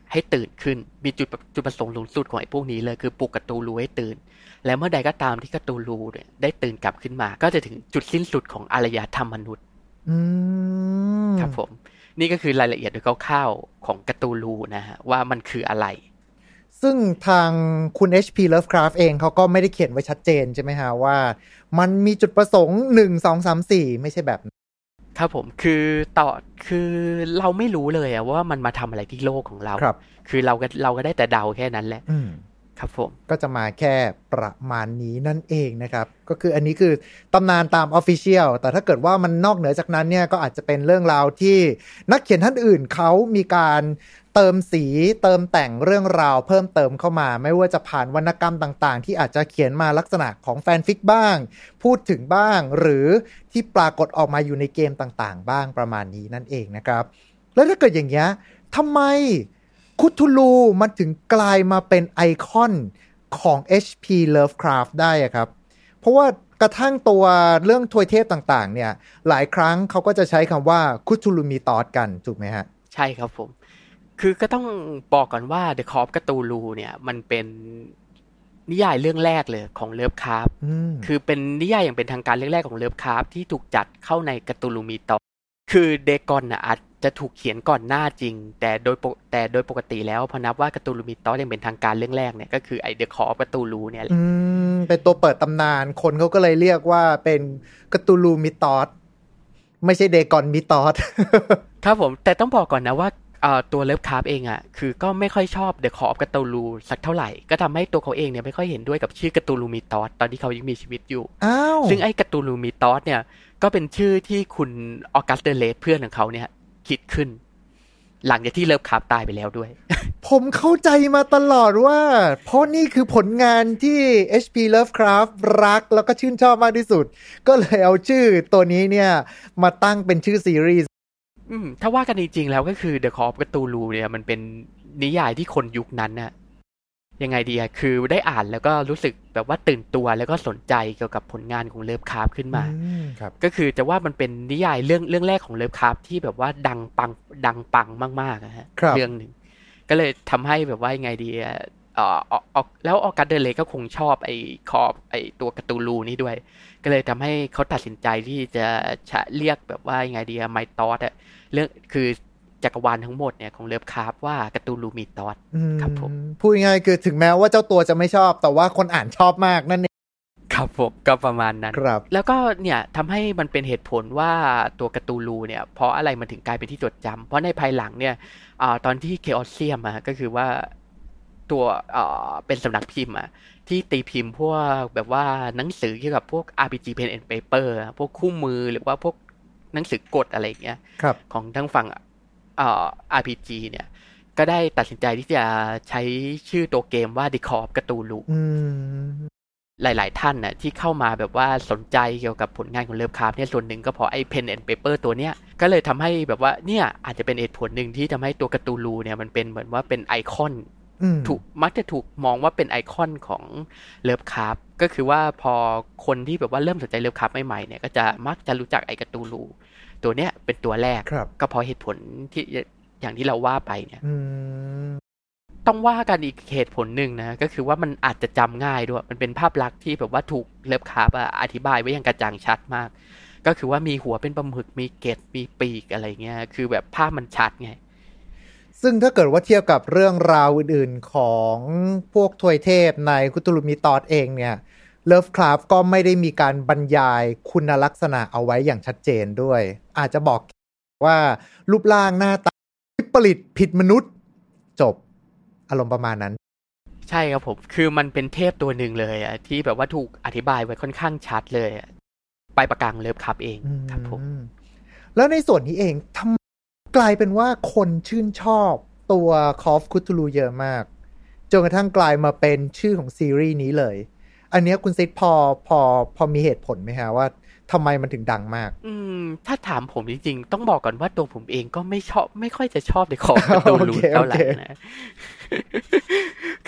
ให้ตื่นขึ้นมีจุดจุดประสงค์สูงสุดของไอ้พวกนี้เลยคือปลุกกตูลูให้ตื่นแล้วเมื่อใดก็ตามที่กตูลูเนี่ยได้ตื่นกลับขึ้นมาก็จะถึงจุดสิ้นสุดของอารยธรรมมนุษย์ครับผมนี่ก็คือรายละเอียดโดยคร่าวๆของกตูลูนะฮะว่ามันคืออะไรซึ่งทางคุณ เอช พี Lovecraft เองเขาก็ไม่ได้เขียนไว้ชัดเจนใช่ไหมฮะว่ามันมีจุดประสงค์หนึ่ง สอง สาม สี่ไม่ใช่แบบครับผมคือต่อคือเราไม่รู้เลยอะว่ามันมาทำอะไรที่โลกของเราครับคือเราก็เราก็ได้แต่เดาแค่นั้นแหละครับผมก็จะมาแค่ประมาณนี้นั่นเองนะครับก็คืออันนี้คือตำนานตาม Official แต่ถ้าเกิดว่ามันนอกเหนือจากนั้นเนี่ยก็อาจจะเป็นเรื่องราวที่นักเขียนท่านอื่นเขามีการเติมสีเติมแต่งเรื่องราวเพิ่มเติมเข้ามาไม่ว่าจะผ่านวรรณกรรมต่างๆที่อาจจะเขียนมาลักษณะของแฟนฟิกบ้างพูดถึงบ้างหรือที่ปรากฏออกมาอยู่ในเกมต่างๆบ้างประมาณนี้นั่นเองนะครับแล้วถ้าเกิดอย่างเงี้ยทำไมคุทูลูมันถึงกลายมาเป็นไอคอนของ เอช พี Lovecraft ได้อะครับเพราะว่ากระทั่งตัวเรื่องทวยเทพต่างๆเนี่ยหลายครั้งเขาก็จะใช้คำว่าคุทูลูมีตอสกันถูกไหมฮะใช่ครับผมคือก็ต้องบอกก่อนว่า The Call of Cthulhu เนี่ยมันเป็นนิยายเรื่องแรกเลยของ Lovecraft คือเป็นนิยายอย่างเป็นทางการเรื่องแรกของ Lovecraft ที่ถูกจัดเข้าใน Cthulhu Mythos คือ Dagon น่ะอาจจะถูกเขียนก่อนหน้าจริงแต่โดยแต่โดยปกติแล้วพอนับว่า Cthulhu Mythos ยังเป็นทางการเรื่องแรกเนี่ยก็คือไอ้ The Call of Cthulhu เนี่ยอืมเป็นตัวเปิดตำนานคนเขาก็เลยเรียกว่าเป็น Cthulhu Mythos ไม่ใช่ Dagon Mythos ครับผมแต่ต้องบอกก่อนนะว่าตัวเลิฟคราฟเองอ่ะคือก็ไม่ค่อยชอบ The Call of Cthulhu สักเท่าไหร่ก็ทำให้ตัวเขาเองเนี่ยไม่ค่อยเห็นด้วยกับชื่อ Cthulhu Mythos ตอนที่เขายังมีชีวิตอยู่ซึ่งไอ้ Cthulhu Mythos เนี่ยก็เป็นชื่อที่คุณออกัสเดเลสเพื่อนของเขาเนี่ยคิดขึ้นหลังจากที่เลิฟคราฟตายไปแล้วด้วยผมเข้าใจมาตลอดว่าเพราะนี่คือผลงานที่ เอช พี Lovecraft รักแล้วก็ชื่นชอบมากที่สุดก็เลยเอาชื่อตัวนี้เนี่ยมาตั้งเป็นชื่อซีรีส์อืมถ้าว่ากันจริงๆแล้วก็คือ The Call of Cthulhu เนี่ยมันเป็นนิยายที่คนยุคนั้นน่ะยังไงดีอ่ะคือได้อ่านแล้วก็รู้สึกแบบว่าตื่นตัวแล้วก็สนใจเกี่ยวกับผลงานของเลิฟคราฟขึ้นมาก็คือจะว่ามันเป็นนิยายเรื่องเรื่องแรกของเลิฟคราฟที่แบบว่าดังปังดังปังมากๆนะฮะเรื่องหนึ่งก็เลยทำให้แบบว่ายังไงดีอ่ะเอ่อแล้วออกัสเดเลก็คงชอบไอ้คอไอ้ตัวการ์ตูลูนี่ด้วยก็เลยทำให้เขาตัดสินใจที่จะเรียกแบบว่ายังไงดีอะไมทอสอะเรื่องคือจักรวาลทั้งหมดเนี่ยของเลิฟคราฟว่าการ์ตูลูมีตอสครับผมพูดง่ายๆคือถึงแม้ว่าเจ้าตัวจะไม่ชอบแต่ว่าคนอ่านชอบมากนั่นเองครับผมก็ประมาณนั้นแล้วก็เนี่ยทำให้มันเป็นเหตุผลว่าตัวการ์ตูลูเนี่ยเพราะอะไรมันถึงกลายเป็นที่จดจำเพราะในภายหลังเนี่ยอ่าตอนที่เคออสเซียมอะก็คือว่าตัวเอ่อเป็นสำนักพิมพ์อะที่ตีพิมพ์พวกแบบว่าหนังสือเกี่ยวกับพวก อาร์ พี จี Pen and Paper พวกคู่มือหรือว่าพวกหนังสือกฎอะไรอย่างเงี้ยของทั้งฝั่งเอ่อ อาร์ พี จี เนี่ยก็ได้ตัดสินใจที่จะใช้ชื่อตัวเกมว่า The Call of Cthulhu หลายๆท่านน่ะที่เข้ามาแบบว่าสนใจเกี่ยวกับผลงานของเลิฟคราฟต์เนี่ยส่วนหนึ่งก็เพราะไอ้ Pen and Paper ตัวเนี้ยก็เลยทำให้แบบว่าเนี่ยอาจจะเป็นเหตุผลหนึ่งที่ทำให้ตัว Cthulhu เนี่ยมันเป็นเหมือนว่าเป็นไอคอนถูกมักจะถูกมองว่าเป็นไอคอนของเลิฟคราฟต์ก็คือว่าพอคนที่แบบว่าเริ่มสนใจเลิฟคราฟต์ใหม่ๆเนี่ยก็จะมักจะรู้จักไอ้การ์ตูลูตัวเนี้ยเป็นตัวแรกก็เพราะเหตุผลที่อย่างที่เราว่าไปเนี่ยต้องว่ากันอีกเหตุผลหนึ่งนะก็คือว่ามันอาจจะจำง่ายด้วยมันเป็นภาพลักษณ์ที่แบบว่าถูกเลิฟคราฟต์อธิบายไว้อย่างกระจ่างชัดมากก็คือว่ามีหัวเป็นปลาหมึกมีเกล็ดมีปีกอะไรเงี้ยคือแบบภาพมันชัดไงซึ่งถ้าเกิดว่าเทียบกับเรื่องราวอื่นๆของพวกทวยเทพในคุทูลูมิตอสเองเนี่ยเลิฟคราฟต์ก็ไม่ได้มีการบรรยายคุณลักษณะเอาไว้อย่างชัดเจนด้วยอาจจะบอกว่ารูปร่างหน้าตาวิปริตผิดมนุษย์จบอารมณ์ประมาณนั้นใช่ครับผมคือมันเป็นเทพตัวหนึ่งเลยอ่ะที่แบบว่าถูกอธิบายไว้ค่อนข้างชัดเลยไปประกังเลิฟคราฟต์เองครับผมแล้วในส่วนนี้เองทำกลายเป็นว่าคนชื่นชอบตัว Call of Cthulhu เยอะมากจนกระทั่งกลายมาเป็นชื่อของซีรีส์นี้เลยอันนี้คุณซิดพอพอพอมีเหตุผลไหมฮะว่าทำไมมันถึงดังมากอืมถ้าถามผมจริงๆต้องบอกก่อนว่าตัวผมเองก็ไม่ชอบไม่ค่อยจะชอบในของการ์ตูนลูเท่าไหร่นะค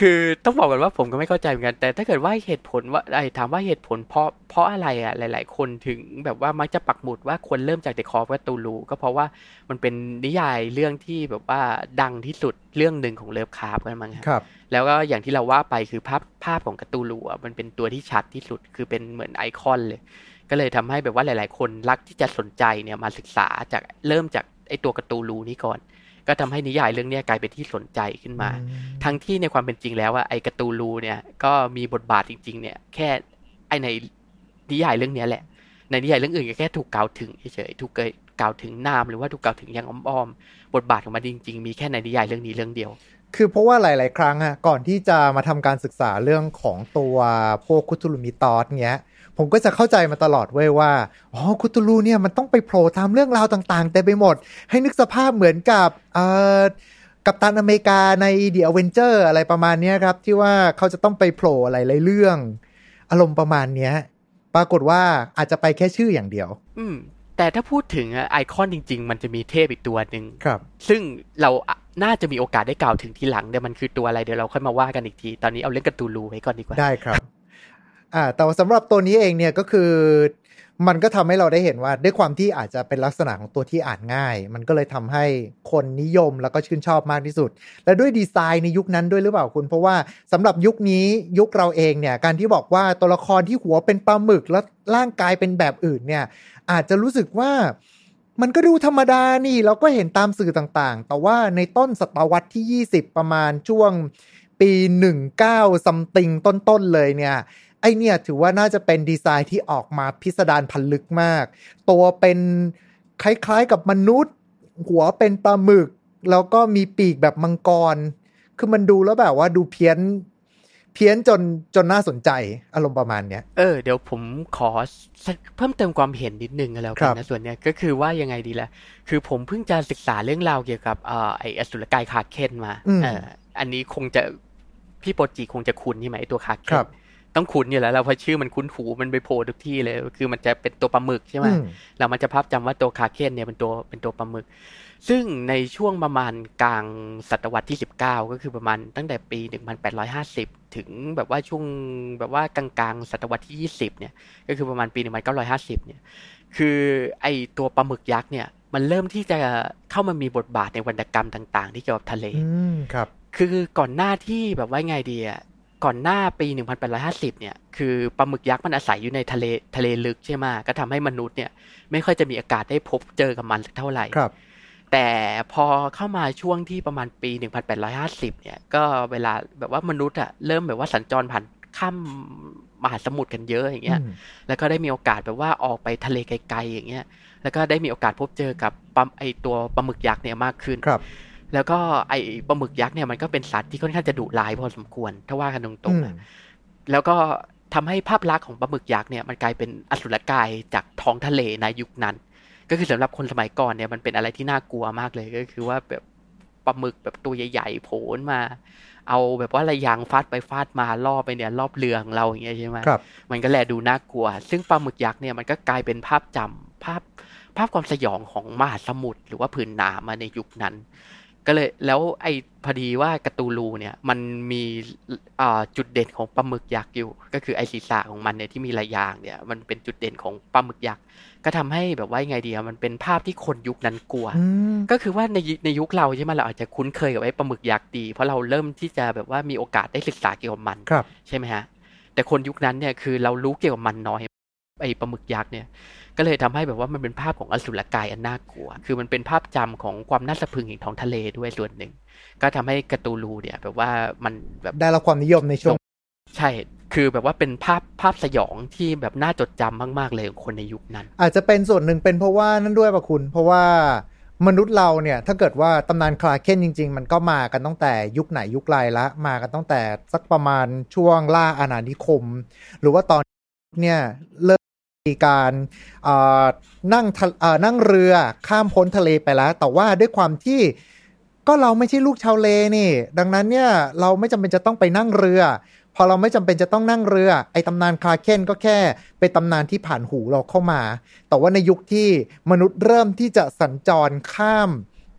คือต้องบอกก่อนว่าผมก็ไม่เข้าใจเหมือนกันแต่ถ้าเกิดว่าเหตุผลว่าไอ้ถามว่าเหตุผลเพราะเพราะอะไรอ่ะหลายๆคนถึงแบบว่ามักจะปักหมุดว่าควรเริ่มจาก The Call of Cthulhu ก็เพราะว่ามันเป็นนิยายเรื่องที่แบบว่าดังที่สุดเรื่องนึงของเลิฟคราฟต์กันมั้งครับแล้วก็อย่างที่เราว่าไปคือภาพภาพของ Cthulhu อ่ะมันเป็นตัวที่ชัดที่สุดคือเป็นเหมือนไอคอนเลยก็เลยทำให้แบบว่าหลายๆคนรักที่จะสนใจเนี่ยมาศึกษาจากเริ่มจากไอตัว Cthulhu นี้ก่อนก็ทำให้นิยายเรื่องนี้กลายเป็นที่สนใจขึ้นมาทั้งที่ในความเป็นจริงแล้วว่าไอ้การ์ตูลูเนี่ยก็มีบทบาทจริงๆเนี่ยแค่ไอ้ในนิยายเรื่องนี้แหละในนิยายเรื่องอื่นก็แค่ถูกกล่าวถึงเฉยๆถูกกล่าวถึงนามหรือว่าถูกกล่าวถึงอย่างอ้อมๆบทบาทของมันจริงๆมีแค่ในนิยายเรื่องนี้เรื่องเดียวคือเพราะว่าหลายๆครั้งอะก่อนที่จะมาทำการศึกษาเรื่องของตัวพวกคุทูลูมิตอสเงี้ยผมก็จะเข้าใจมาตลอดเว้ยว่าอ๋อคุทูลูเนี่ยมันต้องไปโผล่ตามเรื่องราวต่างๆเต็มไปหมดให้นึกสภาพเหมือนกับเอ่อกัปตันอเมริกาใน The Avenger อะไรประมาณนี้ครับที่ว่าเขาจะต้องไปโผล่อะไรหลายเรื่องอารมณ์ประมาณเนี้ยปรากฏว่าอาจจะไปแค่ชื่ออย่างเดียวอืมแต่ถ้าพูดถึงไอคอนจริงๆมันจะมีเทพอีกตัวนึงครับซึ่งเราน่าจะมีโอกาสได้กล่าวถึงทีหลังเดี๋ยวมันคือตัวอะไรเดี๋ยวเราค่อยมาว่ากันอีกทีตอนนี้เอาเรื่องการ์ตูลูไว้ก่อนดีกว่าได้ครับอ่าแต่สำหรับตัวนี้เองเนี่ยก็คือมันก็ทำให้เราได้เห็นว่าด้วยความที่อาจจะเป็นลักษณะของตัวที่อ่านง่ายมันก็เลยทำให้คนนิยมแล้วก็ชื่นชอบมากที่สุดและด้วยดีไซน์ในยุคนั้นด้วยหรือเปล่าคุณเพราะว่าสำหรับยุคนี้ยุคเราเองเนี่ยการที่บอกว่าตัวละครที่หัวเป็นปลาหมึกแล้วร่างกายเป็นแบบอื่นเนี่ยอาจจะรู้สึกว่ามันก็ดูธรรมดานี่เราก็เห็นตามสื่อต่างๆแต่ว่าในต้นศตวรรษที่ยี่สิบประมาณช่วงปีสิบเก้าซัมติงต้นๆเลยเนี่ยไอเนี่ยถือว่าน่าจะเป็นดีไซน์ที่ออกมาพิสดารพันลึกมากตัวเป็นคล้ายๆกับมนุษย์หัวเป็นปลาหมึกแล้วก็มีปีกแบบมังกรคือมันดูแล้วแบบว่าดูเพี้ยนเพี้ยนจนจนน่าสนใจอารมณ์ประมาณเนี้ยเออเดี๋ยวผมขอเพิ่มเติมความเห็นนิดนึงแล้วกันนะส่วนเนี้ยก็คือว่ายังไงดีล่ะคือผมเพิ่งจะศึกษาเรื่องราวเกี่ยวกับเอ่อไอ้อสุรกายคาเคนมาเอออันนี้คงจะพี่โปรจิคงจะคุ้นใช่ไหมตัวคาเคนต้องคุ้นอยู่แล้วเพราะชื่อมันคุ้นหูมันไปโผล่ทุกที่เลยคือมันจะเป็นตัวปลาหมึกใช่ไหมเรามันจะภาพจำว่าตัวคาเคนเนี่ยเป็นตัวเป็นตัวปลาหมึกซึ่งในช่วงประมาณกลางศตวรรษที่สิบเก้าก็คือประมาณตั้งแต่ปีหนึ่งพันแปดร้อยห้าสิบถึงแบบว่าช่วงแบบว่ากลางๆศตวรรษที่ยี่สิบเนี่ยก็คือประมาณปีหนึ่งพันเก้าร้อยห้าสิบเนี่ยคือไอตัวปลาหมึกยักษ์เนี่ยมันเริ่มที่จะเข้ามามีบทบาทในวรรณกรรมต่างๆที่เกี่ยวกับทะเลครับคือก่อนหน้าที่แบบว่าไงดีอ่ะก่อนหน้าปีหนึ่งพันแปดร้อยห้าสิบเนี่ยคือปลาหมึกยักษ์มันอาศัยอยู่ในทะเลทะเลลึกใช่ไหมก็ทำให้มนุษย์เนี่ยไม่ค่อยจะมีโอกาสได้พบเจอกับมันสักเท่าไหร่ครับแต่พอเข้ามาช่วงที่ประมาณปีหนึ่งพันแปดร้อยห้าสิบเนี่ยก็เวลาแบบว่ามนุษย์อ่ะเริ่มแบบว่าสัญจรผ่านข้ามมหาสมุทรกันเยอะอย่างเงี้ยแล้วก็ได้มีโอกาสแบบว่าออกไปทะเลไกลๆอย่างเงี้ยแล้วก็ได้มีโอกาสพบเจอกับปลาไอตัวปลาหมึกยักษ์เนี่ยมากขึ้นครับแล้วก็ไอปลาหมึกยักษ์เนี่ยมันก็เป็นสัตว์ที่ค่อนข้างจะดุร้ายพอสมควรถ้าว่ากันตรงๆนะแล้วก็ทำให้ภาพลักษณ์ของปลาหมึกยักษ์เนี่ยมันกลายเป็นอสุรกายจากท้องทะเลในยุคนั้นก็คือสำหรับคนสมัยก่อนเนี่ยมันเป็นอะไรที่น่ากลัวมากเลยก็คือว่าแบบปลาหมึกแบบตัวใหญ่ๆโผล่มาเอาแบบว่าระยางฟาดไปฟาดมาล่อไปเนี่ยรอบเรือของเราอย่างเงี้ยใช่ไหมมันก็แลดูน่ากลัวซึ่งปลาหมึกยักษ์เนี่ยมันก็กลายเป็นภาพจำภาพภาพความสยองของมหาสมุทรหรือว่าผืนน้ำมาในยุคนั้นก็เลยแล้วไอ้พอดีว่าการ์ตูลูเนี่ยมันมีอ่าจุดเด่นของปลาหมึกยักษ์อยู่ก็คือไอ้ศีรษะของมันเนี่ยที่มีระยางเนี่ยมันเป็นจุดเด่นของปลาหมึกยักษ์ก็ทำให้แบบว่าไงดีอ่ะมันเป็นภาพที่คนยุคนั้นกลัวก็คือว่าในในยุคเราใช่ไหมเราอาจจะคุ้นเคยกับไอ้ปลาหมึกยักษ์ดีเพราะเราเริ่มที่จะแบบว่ามีโอกาสได้ศึกษาเกี่ยวกับมันใช่ไหมฮะแต่คนยุคนั้นเนี่ยคือเรารู้เกี่ยวกับมันน้อยไอ้ปลาหมึกยักษ์เนี่ยก็เลยทำให้แบบว่ามันเป็นภาพของอสุรกายอันน่ากลัวคือมันเป็นภาพจำของความน่าสะพรึงแห่งท้องทะเลด้วยส่วนหนึ่งก็ทำให้การ์ตูลูเนี่ยแบบว่ามันแบบได้รับความนิยมในช่วงใช่คือแบบว่าเป็นภาพภาพสยองที่แบบน่าจดจำมากๆเลยของคนในยุคนั้นอาจจะเป็นส่วนหนึ่งเป็นเพราะว่านั่นด้วยป่ะคุณเพราะว่ามนุษย์เราเนี่ยถ้าเกิดว่าตำนานคลาเคนจริงๆมันก็มากันตั้งแต่ยุคไหนยุคไรละมากันตั้งแต่สักประมาณช่วงล่าอาณานิคมหรือว่าตอนเนี่ยเริ่มมีการนั่งนั่งเรือข้ามพ้นทะเลไปแล้วแต่ว่าด้วยความที่ก็เราไม่ใช่ลูกชาวเลนี่ดังนั้นเนี่ยเราไม่จำเป็นจะต้องไปนั่งเรือพอเราไม่จำเป็นจะต้องนั่งเรือไอ้ตำนานคลาเคนก็แค่เป็นตำนานที่ผ่านหูเราเข้ามาแต่ว่าในยุคที่มนุษย์เริ่มที่จะสัญจรข้าม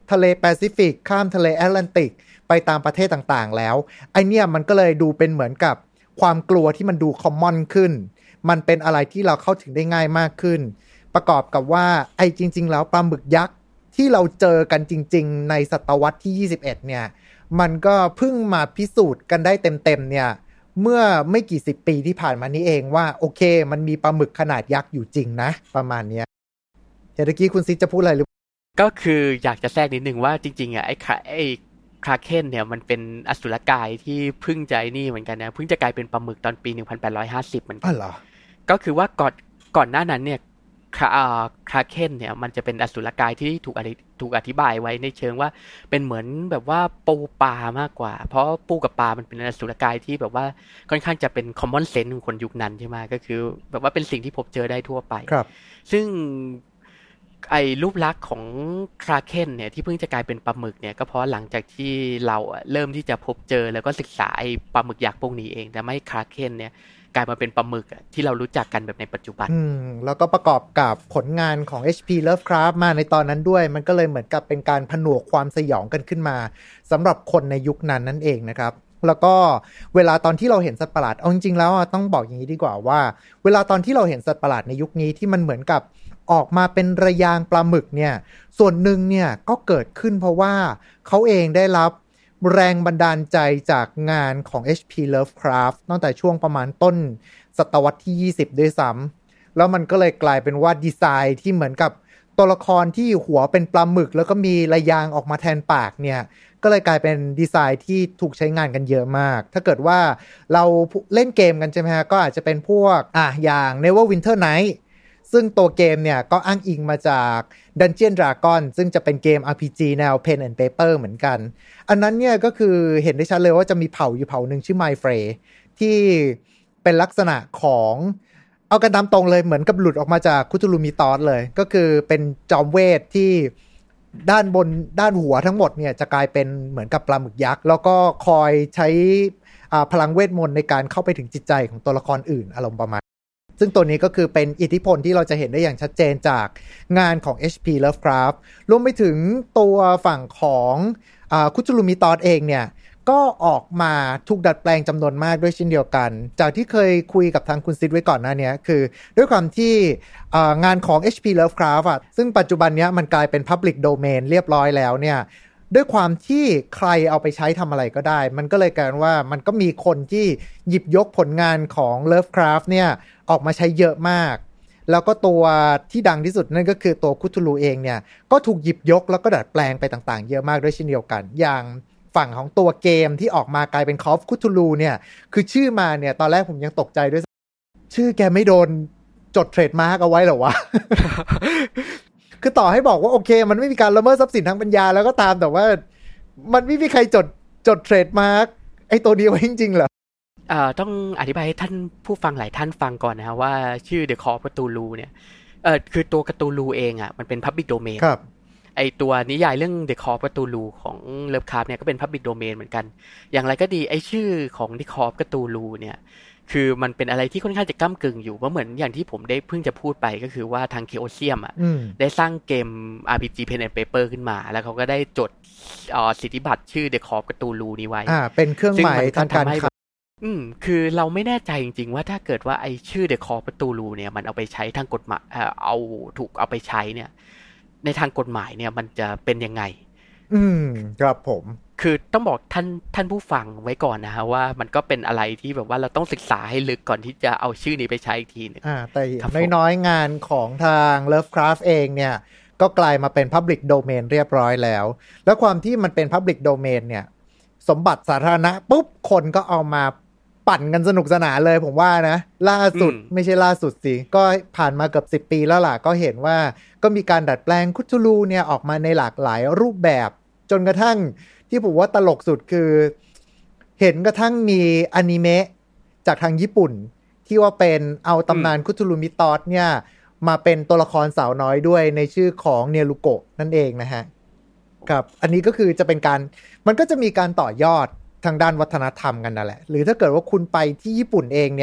ทะเลแปซิฟิกข้ามทะเลแอตแลนติกไปตามประเทศต่างๆแล้วไอเนี่ยมันก็เลยดูเป็นเหมือนกับความกลัวที่มันดูคอมมอนขึ้นมันเป็นอะไรที่เราเข้าถึงได้ง่ายมากขึ้นประกอบกับว่าไอจริงๆแล้วปลาหมึกยักษ์ที่เราเจอกันจริงๆในศตวรรษที่ยี่สิบเอ็ดเนี่ยมันก็เพิ่งมาพิสูจน์กันได้เต็มๆเนี่ยเมื่อไม่กี่สิบปีที่ผ่านมานี้เองว่าโอเคมันมีปลาหมึกขนาดยักษ์อยู่จริงนะประมาณเนี้ยเมื่อกี้คุณซิจะพูดอะไรหรือก็คืออยากจะแทรกนิดนึงว่าจริงๆอ่ะไอ้ไอ้คราเคนเนี่ยมันเป็นอสุรกายที่เพิ่งจะไอ้นี่เหมือนกันนะเพิ่งจะกลายเป็นปลาหมึกตอนปีหนึ่งพันแปดร้อยห้าสิบเหมือนกันอ๋อเหรอก็คือว่าก่อนก่อนหน้านั้นเนี่ยคราคราเคนเนี่ยมันจะเป็นอสุรกายที่ถูกถูกอธิบายไว้ในเชิงว่าเป็นเหมือนแบบว่าปูปลามากกว่าเพราะปูกับปลามันเป็นอสุรกายที่แบบว่าค่อนข้างจะเป็นคอมมอนเซนส์ของคนยุคนั้นใช่ไหมก็คือแบบว่าเป็นสิ่งที่พบเจอได้ทั่วไปครับซึ่งไอ้รูปลักษณ์ของคราเคนเนี่ยที่เพิ่งจะกลายเป็นปลาหมึกเนี่ยก็เพราะหลังจากที่เราเริ่มที่จะพบเจอแล้วก็ศึกษาไอ้ปลาหมึกยักษ์พวกนี้เองแต่ไม่คราเคนเนี่ยกลายมาเป็นปลาหมึกที่เรารู้จักกันแบบในปัจจุบันอืมแล้วก็ประกอบกับผลงานของ เอช พี Lovecraft มาในตอนนั้นด้วยมันก็เลยเหมือนกับเป็นการผนวกความสยองกันขึ้นมาสำหรับคนในยุคนั้นนั่นเองนะครับแล้วก็เวลาตอนที่เราเห็นสัตว์ประหลาดเอาจริงๆแล้วต้องบอกอย่างนี้ดีกว่าว่าเวลาตอนที่เราเห็นสัตว์ประหลาดในยุคนี้ที่มันเหมือนกับออกมาเป็นระยางปลาหมึกเนี่ยส่วนหนึ่งเนี่ยก็เกิดขึ้นเพราะว่าเขาเองได้รับแรงบันดาลใจจากงานของ เอช พี Lovecraft ตั้งแต่ช่วงประมาณต้นศตวรรษที่ยี่สิบด้วยซ้ำแล้วมันก็เลยกลายเป็นว่าดีไซน์ที่เหมือนกับตัวละครที่หัวเป็นปลาหมึกแล้วก็มีระยางออกมาแทนปากเนี่ยก็เลยกลายเป็นดีไซน์ที่ถูกใช้งานกันเยอะมากถ้าเกิดว่าเราเล่นเกมกันใช่ไหมฮะก็อาจจะเป็นพวกอ่ะอย่าง Neverwinter Night ซึ่งตัวเกมเนี่ยก็อ้างอิงมาจาก Dungeon Dragon ซึ่งจะเป็นเกม อาร์ พี จี แนว Pen and Paper เหมือนกันอันนั้นเนี่ยก็คือเห็นได้ชัดเลยว่าจะมีเผ่าอยู่เผ่าหนึ่งชื่อ Mindfray ที่เป็นลักษณะของเอากันตามตรงเลยเหมือนกับหลุดออกมาจากคุทูลูมิตอสเลยก็คือเป็นจอมเวทที่ด้านบนด้านหัวทั้งหมดเนี่ยจะกลายเป็นเหมือนกับปลาหมึกยักษ์แล้วก็คอยใช้พลังเวทมนต์ในการเข้าไปถึงจิตใจของตัวละครอื่นอารมณ์ประมาณซึ่งตัวนี้ก็คือเป็นอิทธิพลที่เราจะเห็นได้อย่างชัดเจนจากงานของ เอช พี Lovecraft รวมไปถึงตัวฝั่งของคุทูลูมิตอสเองเนี่ยก็ออกมาถูกดัดแปลงจำนวนมากด้วยเช่นเดียวกันจากที่เคยคุยกับทางคุณซิดไว้ก่อนหน้านี้คือด้วยความที่งานของ เอช พี Lovecraft อ่ะซึ่งปัจจุบันนี้มันกลายเป็น Public Domain เรียบร้อยแล้วเนี่ยด้วยความที่ใครเอาไปใช้ทำอะไรก็ได้มันก็เลยกลายเป็นว่ามันก็มีคนที่หยิบยกผลงานของ Lovecraft เนี่ยออกมาใช้เยอะมากแล้วก็ตัวที่ดังที่สุดนั่นก็คือตัวคุทูลูเองเนี่ยก็ถูกหยิบยกแล้วก็ดัดแปลงไปต่างๆเยอะมากด้วยเช่นเดียวกันอย่างฝั่งของตัวเกมที่ออกมากลายเป็น Call of Cthulhu เนี่ยคือชื่อมาเนี่ยตอนแรกผมยังตกใจด้วยชื่อแกไม่โดนจดเทรดมาร์กเอาไว้หรอวะ คือต่อให้บอกว่าโอเคมันไม่มีการละเมิดทรัพย์สินทางปัญญาแล้วก็ตามแต่ว่ามันไม่มีใครจดจดเทรดมาร์กไอ้ตัวนี้ไว้จริงๆเหรอเอ่อต้องอธิบายให้ท่านผู้ฟังหลายท่านฟังก่อนนะว่าชื่อ The Call of Cthulhu เนี่ยเอ่อคือตัว Cthulhu เองอ่ะมันเป็น Public Domain ครับไอตัวนิยายเรื่อง The Call of Cthulhu ของ Lovecraft เนี่ยก็เป็น Public Domain เหมือนกันอย่างไรก็ดีไอชื่อของ The Call of Cthulhu เนี่ยคือมันเป็นอะไรที่ค่อนข้างจะก้ำกึ่งอยู่เพราะเหมือนอย่างที่ผมได้เพิ่งจะพูดไปก็คือว่าทาง Chaosium อ่ะได้สร้างเกม อาร์ พี จี Pen and Paper ขึ้นมาแล้วเขาก็ได้จดเอ่อสิทธิบัตรชื่อ The Call of Cthulhu นี้ไว้อ่าเป็นเครื่องหมายทางการค้าอืมคือเราไม่แน่ใจจริงๆว่าถ้าเกิดว่าไอชื่อ The Call of Cthulhu เนี่ยมันเอาไปใช้ทางกฎหมายเอ่อเอาถูกเอาไปใช้เนี่ยในทางกฎหมายเนี่ยมันจะเป็นยังไงอืมครับผมคือต้องบอกท่านท่านผู้ฟังไว้ก่อนนะฮะว่ามันก็เป็นอะไรที่แบบว่าเราต้องศึกษาให้ลึกก่อนที่จะเอาชื่อนี้ไปใช้อีกทีนึงอ่าแต่น้อยๆงานของทาง Lovecraft เองเนี่ยก็กลายมาเป็น Public Domain เรียบร้อยแล้วแล้วความที่มันเป็น Public Domain เนี่ยสมบัติสาธารณะปุ๊บคนก็เอามาปั่นกันสนุกสนานเลยผมว่านะล่าสุดไม่ใช่ล่าสุดสิก็ผ่านมาเกือบสิบปีแล้วล่ะก็เห็นว่าก็มีการดัดแปลงคุทูลูเนี่ยออกมาในหลากหลายรูปแบบจนกระทั่งที่ผมว่าตลกสุดคือเห็นกระทั่งมีอนิเมะจากทางญี่ปุ่นที่ว่าเป็นเอาตำนานคุทูลูมิตอสเนี่ยมาเป็นตัวละครสาวน้อยด้วยในชื่อของเนรุโกะนั่นเองนะฮะครับอันนี้ก็คือจะเป็นการมันก็จะมีการต่อยอดทางด้านวัฒนธรรมกันนั่นแหละหรือถ้าเกิดว่าคุณไปที่ญี่ปุ่นเองเนี่ย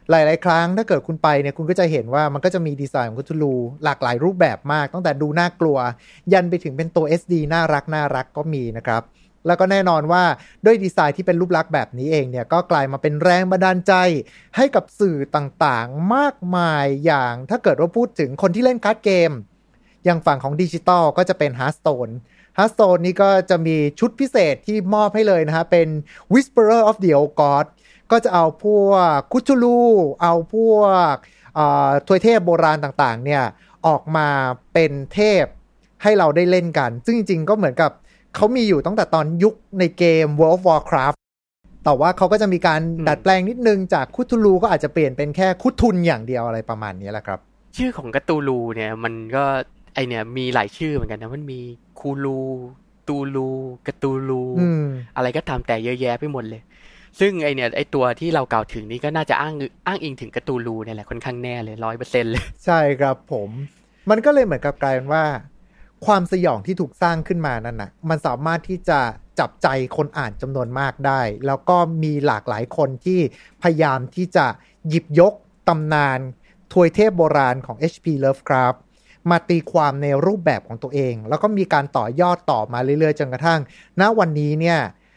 หลายๆครั้งถ้าเกิดคุณไปเนี่ยคุณก็จะเห็นว่ามันก็จะมีดีไซน์ของคุทูลูหลากหลายรูปแบบมากตั้งแต่ดูน่ากลัวยันไปถึงเป็นตัว เอส ดี น่ารักน่ารักก็มีนะครับแล้วก็แน่นอนว่าด้วยดีไซน์ที่เป็นรูปลักษณ์แบบนี้เองเนี่ยก็กลายมาเป็นแรงบันดาลใจให้กับสื่อต่างๆมากมายอย่างถ้าเกิดว่าพูดถึงคนที่เล่นการ์ดเกมอย่างฝั่งของดิจิตอลก็จะเป็น Hearthstone Hearthstone นี่ก็จะมีชุดพิเศษที่มอบให้เลยนะฮะเป็น Whisperer of the Old God ก็จะเอาพวกคุทูลูเอาพวกทวยเทพโบราณต่างๆเนี่ยออกมาเป็นเทพให้เราได้เล่นกันซึ่งจริงๆก็เหมือนกับเขามีอยู่ตั้งแต่ตอนยุคในเกม World of Warcraft แต่ว่าเขาก็จะมีการดัดแปลงนิดนึงจากคุทูลูก็อาจจะเปลี่ยนเป็นแค่คุทุนอย่างเดียวอะไรประมาณนี้แหละครับชื่อของกาตูลูเนี่ยมันก็ไอเนี่ยมีหลายชื่อเหมือนกันนะมันมีคูลูตูลูกาตูลูอะไรก็ตามแต่เยอะแยะไปหมดเลยซึ่งไอเนี่ยไอตัวที่เรากล่าวถึงนี่ก็น่าจะอ้างอ้างอิงถึงกาตูลูเนี่ยแหละค่อนข้างแน่เลย ร้อยเปอร์เซ็นต์ เลยใช่ครับผมมันก็เลยเหมือนกับกลายเป็นว่าความสยองที่ถูกสร้างขึ้นมานั่นนะมันสามารถที่จะจับใจคนอ่านจำนวนมากได้แล้วก็มีหลากหลายคนที่พยายามที่จะหยิบยกตำนานทวยเทพโบราณของ เอช พี Lovecraft มาตีความในรูปแบบของตัวเองแล้วก็มีการต่อยอดต่อมาเรื่อยๆจนกระทั่งณวันนี้เนี่ย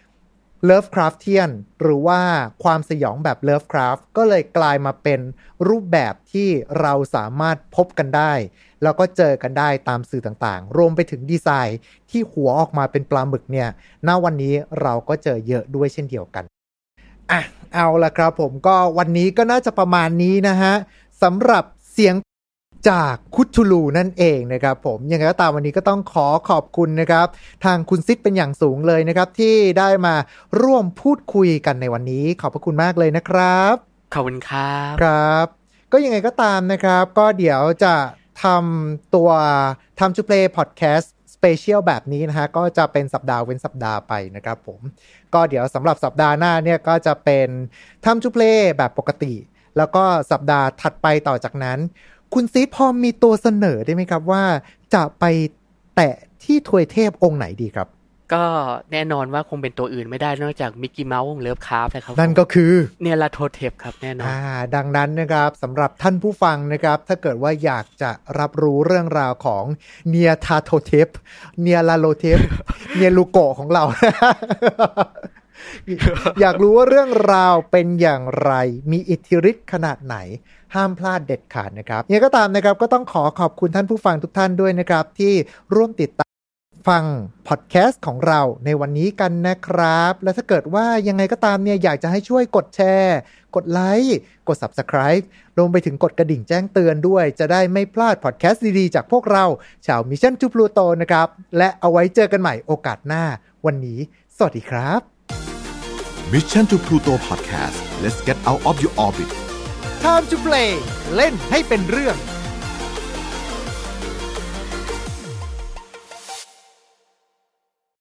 Lovecraftian หรือว่าความสยองแบบ Lovecraft ก็เลยกลายมาเป็นรูปแบบที่เราสามารถพบกันได้แล้วก็เจอกันได้ตามสื่อต่างๆรวมไปถึงดีไซน์ที่หัวออกมาเป็นปลาหมึกเนี่ยณวันนี้เราก็เจอเยอะด้วยเช่นเดียวกันอ่ะเอาละครับผมก็วันนี้ก็น่าจะประมาณนี้นะฮะสำหรับเสียงจากคุทูลูนั่นเองนะครับผมยังไงก็ตามวันนี้ก็ต้องขอขอบคุณนะครับทางคุณซิดเป็นอย่างสูงเลยนะครับที่ได้มาร่วมพูดคุยกันในวันนี้ขอบพระคุณมากเลยนะครับขอบคุณครับครับก็ยังไงก็ตามนะครับก็เดี๋ยวจะทำตัว Time to Play Podcast Special แบบนี้นะฮะก็จะเป็นสัปดาห์เว้นสัปดาห์ไปนะครับผมก็เดี๋ยวสำหรับสัปดาห์หน้าเนี่ยก็จะเป็น Time to Play แบบปกติแล้วก็สัปดาห์ถัดไปต่อจากนั้นคุณซีดพอมีตัวเสนอได้ไหมครับว่าจะไปแตะที่ทวยเทพองค์ไหนดีครับก็แน่นอนว่าคงเป็นตัวอื่นไม่ได้นอกจากมิกกี้เมาส์ของเลิฟคราฟต์นะครับนั่นก็คือเนลาโทเทปครับแน่นอนอ่าดังนั้นนะครับสำหรับท่านผู้ฟังนะครับถ้าเกิดว่าอยากจะรับรู้เรื่องราวของเนียทาโทเทปเนียลาโลเทปเนียลูโกะของเรา อยากรู้ว่าเรื่องราวเป็นอย่างไรมีอิทธิฤทธิ์ขนาดไหนห้ามพลาดเด็ดขาดนะครับยังไงก็ตามนะครับก็ต้องขอขอบคุณท่านผู้ฟังทุกท่านด้วยนะครับที่ร่วมติดตามฟังพอดแคสต์ของเราในวันนี้กันนะครับและถ้าเกิดว่ายังไงก็ตามเนี่ยอยากจะให้ช่วยกดแชร์กดไลค์กด Subscribe รวมไปถึงกดกระดิ่งแจ้งเตือนด้วยจะได้ไม่พลาดพอดแคสต์ดีๆจากพวกเราชาว Mission to Pluto นะครับและเอาไว้เจอกันใหม่โอกาสหน้าวันนี้สวัสดีครับ Mission to Pluto Podcast Let's get out of your orbit Time to Play เล่นให้เป็นเรื่อง